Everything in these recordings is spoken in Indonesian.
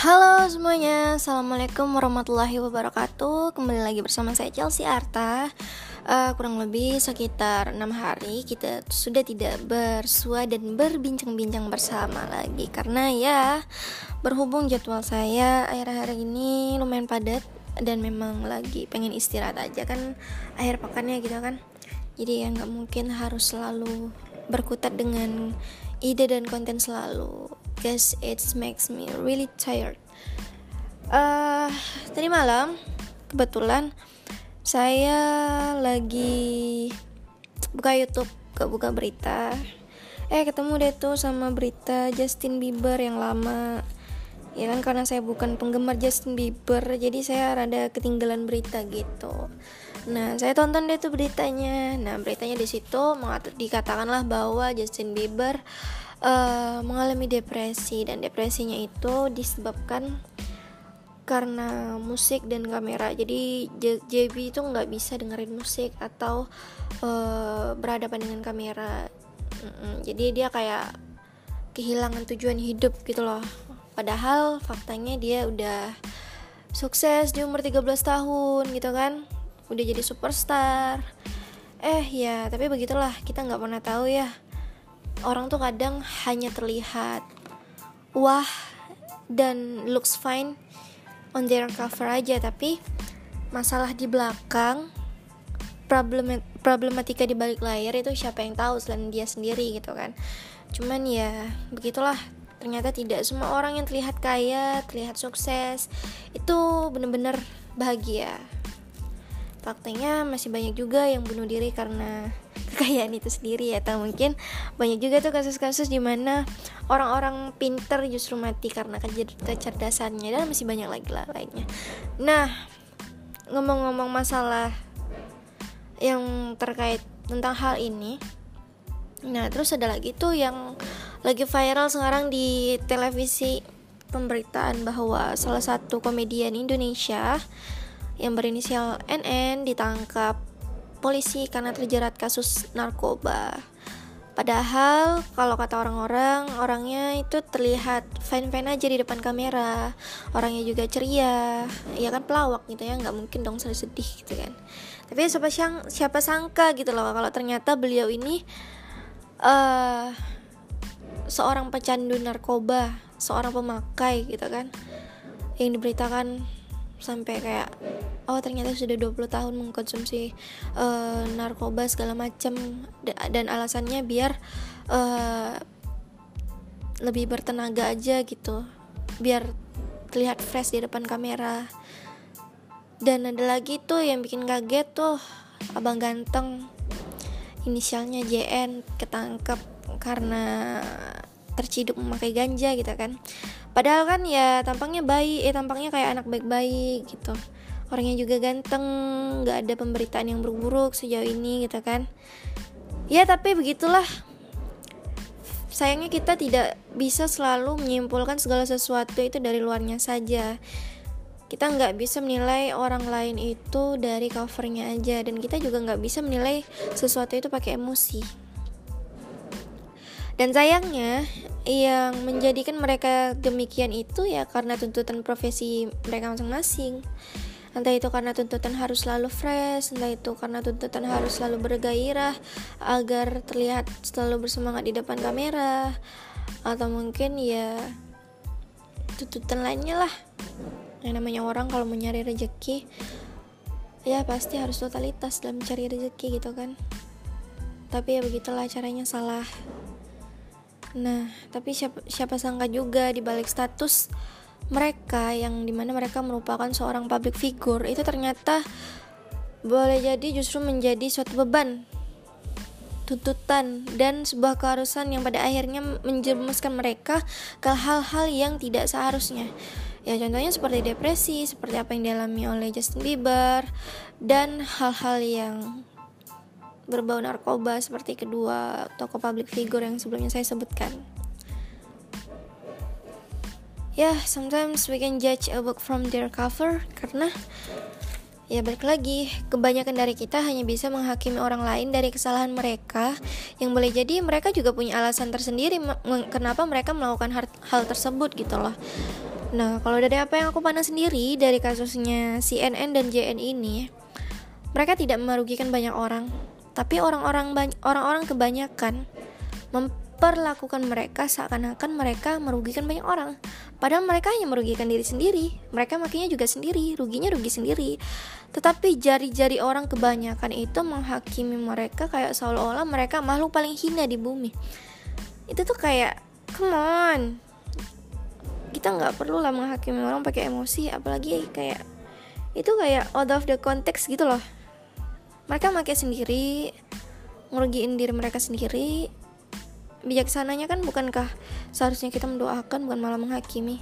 Halo semuanya, Assalamualaikum warahmatullahi wabarakatuh. Kembali lagi bersama saya Chelsea Arta. Kurang lebih sekitar 6 hari kita sudah tidak bersua dan berbincang-bincang bersama lagi. Karena ya, berhubung jadwal saya akhir-akhir ini lumayan padat dan memang lagi pengen istirahat aja kan akhir pekannya gitu kan. Jadi ya gak mungkin harus selalu berkutat dengan ide dan konten selalu, because it makes me really tired. Tadi malam kebetulan saya lagi buka YouTube, buka berita. Ketemu deh tuh sama berita Justin Bieber yang lama. Ya kan, karena saya bukan penggemar Justin Bieber, jadi saya rada ketinggalan berita gitu. Nah, saya tonton deh tuh beritanya. Nah, beritanya di situ dikatakanlah bahwa Justin Bieber mengalami depresi, dan depresinya itu disebabkan karena musik dan kamera. Jadi JB itu nggak bisa dengerin musik atau berhadapan dengan kamera. Jadi dia kayak kehilangan tujuan hidup gitu loh. Padahal faktanya dia udah sukses di umur 13 tahun gitu kan, udah jadi superstar. Ya tapi begitulah, kita gak pernah tahu ya. Orang tuh kadang hanya terlihat wah dan looks fine on their cover aja, tapi masalah di belakang, problematika di balik layar itu siapa yang tahu selain dia sendiri gitu kan. Cuman ya begitulah, ternyata tidak semua orang yang terlihat kaya, terlihat sukses itu benar-benar bahagia. Faktanya masih banyak juga yang bunuh diri karena kekayaan itu sendiri, atau mungkin banyak juga tuh kasus-kasus di mana orang-orang pintar justru mati karena kecerdasannya, dan masih banyak lagi lainnya. Nah, ngomong-ngomong masalah yang terkait tentang hal ini, nah terus ada lagi tuh yang lagi viral sekarang di televisi, pemberitaan bahwa salah satu komedian Indonesia yang berinisial NN ditangkap polisi karena terjerat kasus narkoba. Padahal kalau kata orang-orang, orangnya itu terlihat fine-fine aja di depan kamera, orangnya juga ceria, ya kan, pelawak gitu ya, nggak mungkin dong sedih gitu kan. Tapi siapa sangka gitu loh kalau ternyata beliau ini seorang pecandu narkoba, seorang pemakai gitu kan, yang diberitakan sampai kayak ternyata sudah 20 tahun mengkonsumsi narkoba segala macam, dan alasannya biar lebih bertenaga aja gitu, biar terlihat fresh di depan kamera. Dan ada lagi tuh yang bikin kaget tuh, abang ganteng inisialnya JN ketangkep karena terciduk memakai ganja gitu kan. Padahal kan ya tampangnya tampangnya kayak anak baik-baik gitu, orangnya juga ganteng, gak ada pemberitaan yang buruk-buruk sejauh ini gitu kan. Ya tapi begitulah, sayangnya kita tidak bisa selalu menyimpulkan segala sesuatu itu dari luarnya saja. Kita gak bisa menilai orang lain itu dari covernya aja, dan kita juga gak bisa menilai sesuatu itu pakai emosi. Dan sayangnya yang menjadikan mereka demikian itu ya karena tuntutan profesi mereka masing-masing. Entah itu karena tuntutan harus selalu fresh, entah itu karena tuntutan harus selalu bergairah agar terlihat selalu bersemangat di depan kamera, atau mungkin ya tuntutan lainnya lah. Yang namanya orang kalau mau nyari rezeki ya pasti harus totalitas dalam mencari rezeki gitu kan. Tapi ya begitulah, caranya salah. Nah, tapi siapa sangka juga di balik status mereka yang dimana mereka merupakan seorang public figure itu ternyata boleh jadi justru menjadi suatu beban, tuntutan, dan sebuah keharusan yang pada akhirnya menjerumuskan mereka ke hal-hal yang tidak seharusnya. Ya contohnya seperti depresi, seperti apa yang dialami oleh Justin Bieber, dan hal-hal yang berbau narkoba seperti kedua tokoh public figure yang sebelumnya saya sebutkan. Sometimes we can judge a book from their cover, karena ya balik lagi, kebanyakan dari kita hanya bisa menghakimi orang lain dari kesalahan mereka, yang boleh jadi mereka juga punya alasan tersendiri kenapa mereka melakukan hal tersebut gitu loh. Nah, kalau dari apa yang aku pandang sendiri dari kasusnya CNN dan JN ini, mereka tidak merugikan banyak orang, tapi orang-orang kebanyakan memperlakukan mereka seakan-akan mereka merugikan banyak orang. Padahal mereka hanya merugikan diri sendiri. Mereka makanya juga sendiri, ruginya rugi sendiri. Tetapi jari-jari orang kebanyakan itu menghakimi mereka kayak seolah-olah mereka makhluk paling hina di bumi. Itu tuh kayak, come on, kita nggak perlu lah menghakimi orang pakai emosi, apalagi kayak itu kayak out of the context gitu loh. Mereka pakai sendiri, ngerugiin diri mereka sendiri. Bijaksananya kan bukankah seharusnya kita mendoakan, bukan malah menghakimi?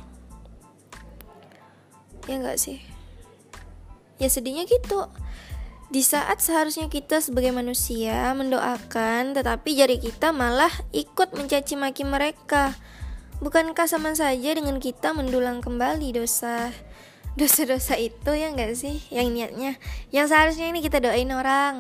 Ya nggak sih? Ya sedihnya gitu. Di saat seharusnya kita sebagai manusia mendoakan, tetapi jari kita malah ikut mencaci maki mereka. Bukankah sama saja dengan kita mendulang kembali dosa-dosa itu, ya nggak sih? Yang niatnya, yang seharusnya ini kita doain orang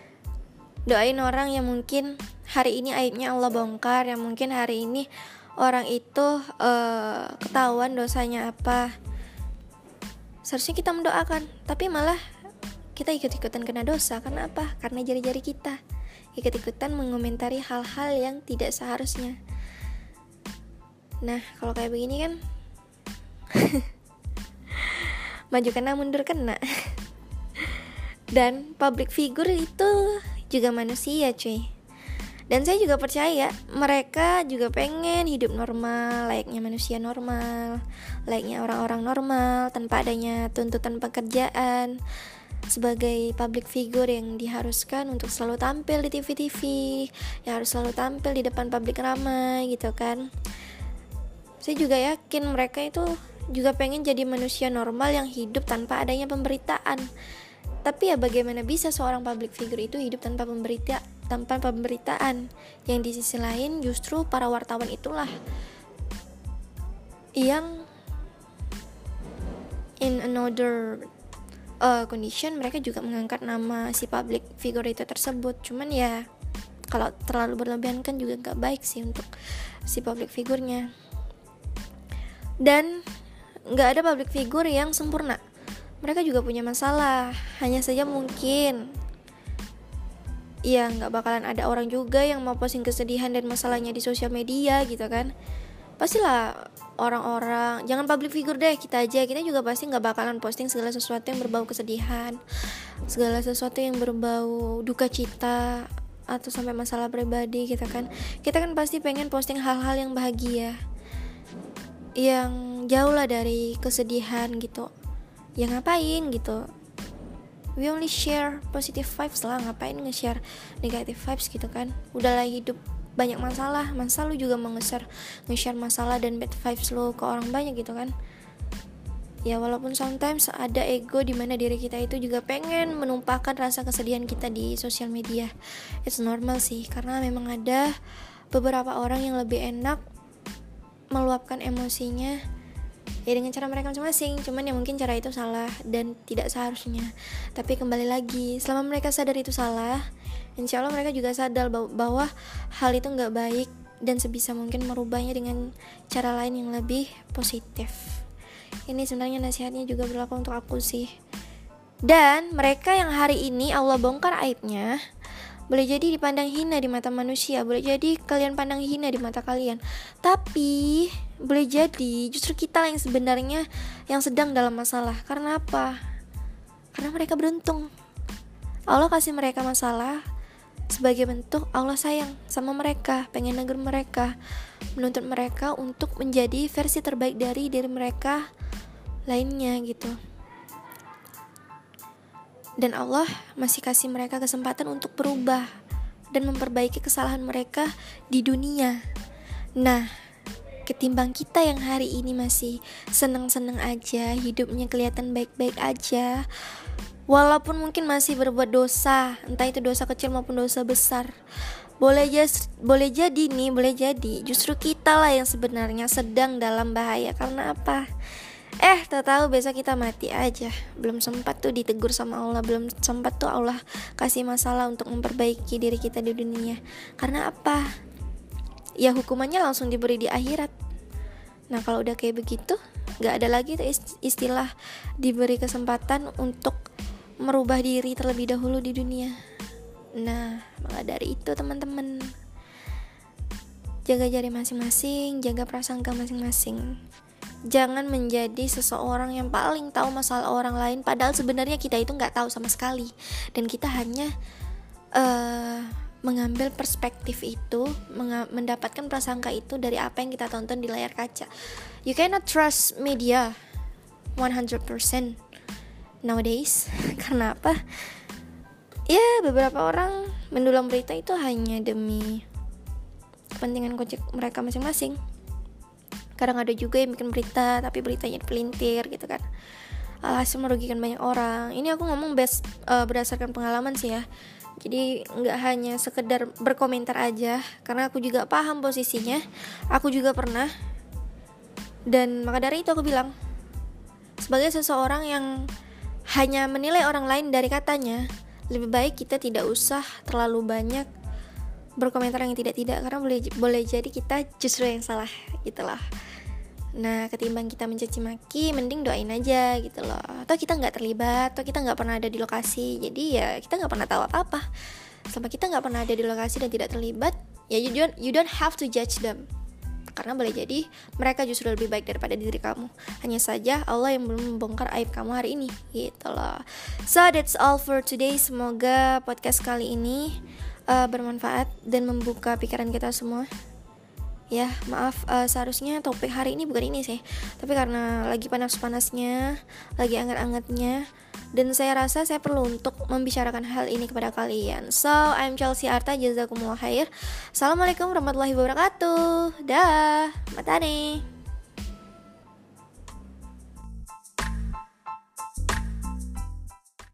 yang mungkin hari ini aibnya Allah bongkar, yang mungkin hari ini orang itu ketahuan dosanya apa. Seharusnya kita mendoakan, tapi malah kita ikut-ikutan kena dosa. Karena apa? Karena jari-jari kita ikut-ikutan mengomentari hal-hal yang tidak seharusnya. Nah, kalau kayak begini kan maju kena mundur kena. Dan public figure itu juga manusia, cuy. Dan saya juga percaya mereka juga pengen hidup normal, layaknya manusia normal, layaknya orang-orang normal, tanpa adanya tuntutan pekerjaan. Sebagai public figure yang diharuskan untuk selalu tampil di TV-TV, yang harus selalu tampil di depan publik ramai gitu kan. Saya juga yakin mereka itu juga pengen jadi manusia normal yang hidup tanpa adanya pemberitaan. Tapi ya bagaimana bisa seorang public figure itu hidup tanpa pemberitaan? Yang di sisi lain justru para wartawan itulah yang in another condition mereka juga mengangkat nama si public figure itu tersebut. Cuman ya kalau terlalu berlebihan kan juga gak baik sih untuk si public figurnya. Dan gak ada public figure yang sempurna. Mereka juga punya masalah. Hanya saja mungkin ya gak bakalan ada orang juga yang mau posting kesedihan dan masalahnya di sosial media gitu kan. Pastilah orang-orang, jangan public figure deh, kita juga pasti gak bakalan posting segala sesuatu yang berbau kesedihan, segala sesuatu yang berbau duka cita, atau sampai masalah pribadi gitu kan. Kita kan pasti pengen posting hal-hal yang bahagia, yang jauh lah dari kesedihan gitu. Ya ngapain gitu, we only share positive vibes lah, ngapain nge-share negative vibes gitu kan. Udahlah hidup banyak masalah, masa lu juga mau nge-share masalah dan bad vibes lu ke orang banyak gitu kan. Ya walaupun sometimes ada ego di mana diri kita itu juga pengen menumpahkan rasa kesedihan kita di sosial media. It's normal sih, karena memang ada beberapa orang yang lebih enak meluapkan emosinya ya dengan cara mereka masing-masing. Cuman ya mungkin cara itu salah dan tidak seharusnya. Tapi kembali lagi, selama mereka sadar itu salah, insya Allah mereka juga sadar bahwa hal itu gak baik, dan sebisa mungkin merubahnya dengan cara lain yang lebih positif. Ini sebenarnya nasihatnya juga berlaku untuk aku sih. Dan mereka yang hari ini Allah bongkar aibnya, boleh jadi dipandang hina di mata manusia, boleh jadi kalian pandang hina di mata kalian, tapi boleh jadi justru kita yang sebenarnya yang sedang dalam masalah. Karena apa? Karena mereka beruntung. Allah kasih mereka masalah sebagai bentuk Allah sayang sama mereka, pengen negur mereka, menuntut mereka untuk menjadi versi terbaik dari diri mereka lainnya gitu. Dan Allah masih kasih mereka kesempatan untuk berubah dan memperbaiki kesalahan mereka di dunia. Nah, ketimbang kita yang hari ini masih seneng-seneng aja, hidupnya kelihatan baik-baik aja, walaupun mungkin masih berbuat dosa, entah itu dosa kecil maupun dosa besar, boleh jadi justru kita lah yang sebenarnya sedang dalam bahaya. Karena apa? Tak tahu besok kita mati aja. Belum sempat tuh ditegur sama Allah, belum sempat tuh Allah kasih masalah untuk memperbaiki diri kita di dunia. Karena apa? Ya hukumannya langsung diberi di akhirat. Nah kalau udah kayak begitu, Gak ada lagi tuh istilah diberi kesempatan untuk merubah diri terlebih dahulu di dunia. Nah, maka dari itu teman-teman, jaga jari masing-masing, jaga prasangka masing-masing. Jangan menjadi seseorang yang paling tahu masalah orang lain, padahal sebenarnya kita itu gak tahu sama sekali. Dan kita hanya mengambil perspektif itu, mendapatkan prasangka itu dari apa yang kita tonton di layar kaca. You cannot trust media 100% nowadays. Karena apa? Ya, beberapa orang mendulang berita itu hanya demi kepentingan kocek mereka masing-masing. Kadang ada juga yang bikin berita tapi beritanya dipelintir gitu kan, alhasil merugikan banyak orang. Ini aku ngomong berdasarkan pengalaman sih ya. Jadi gak hanya sekedar berkomentar aja, karena aku juga paham posisinya. Aku juga pernah. Dan maka dari itu aku bilang, sebagai seseorang yang hanya menilai orang lain dari katanya, lebih baik kita tidak usah terlalu banyak berkomentar yang tidak-tidak, karena boleh jadi kita justru yang salah gitu loh. Nah, ketimbang kita mencaci maki, mending doain aja gitu loh. Atau kita gak terlibat, atau kita gak pernah ada di lokasi, jadi ya kita gak pernah tahu apa-apa. Selama kita gak pernah ada di lokasi dan tidak terlibat, ya you don't have to judge them, karena boleh jadi mereka justru lebih baik daripada diri kamu. Hanya saja Allah yang belum membongkar aib kamu hari ini gitu loh. So that's all for today. Semoga podcast kali ini bermanfaat dan membuka pikiran kita semua. Ya, maaf, seharusnya topik hari ini bukan ini sih, tapi karena lagi panas-panasnya, lagi anget-angetnya, dan saya rasa saya perlu untuk membicarakan hal ini kepada kalian. So, I'm Chelsea Arta, jazakumullah khair. Assalamualaikum warahmatullahi wabarakatuh. Dah, matane.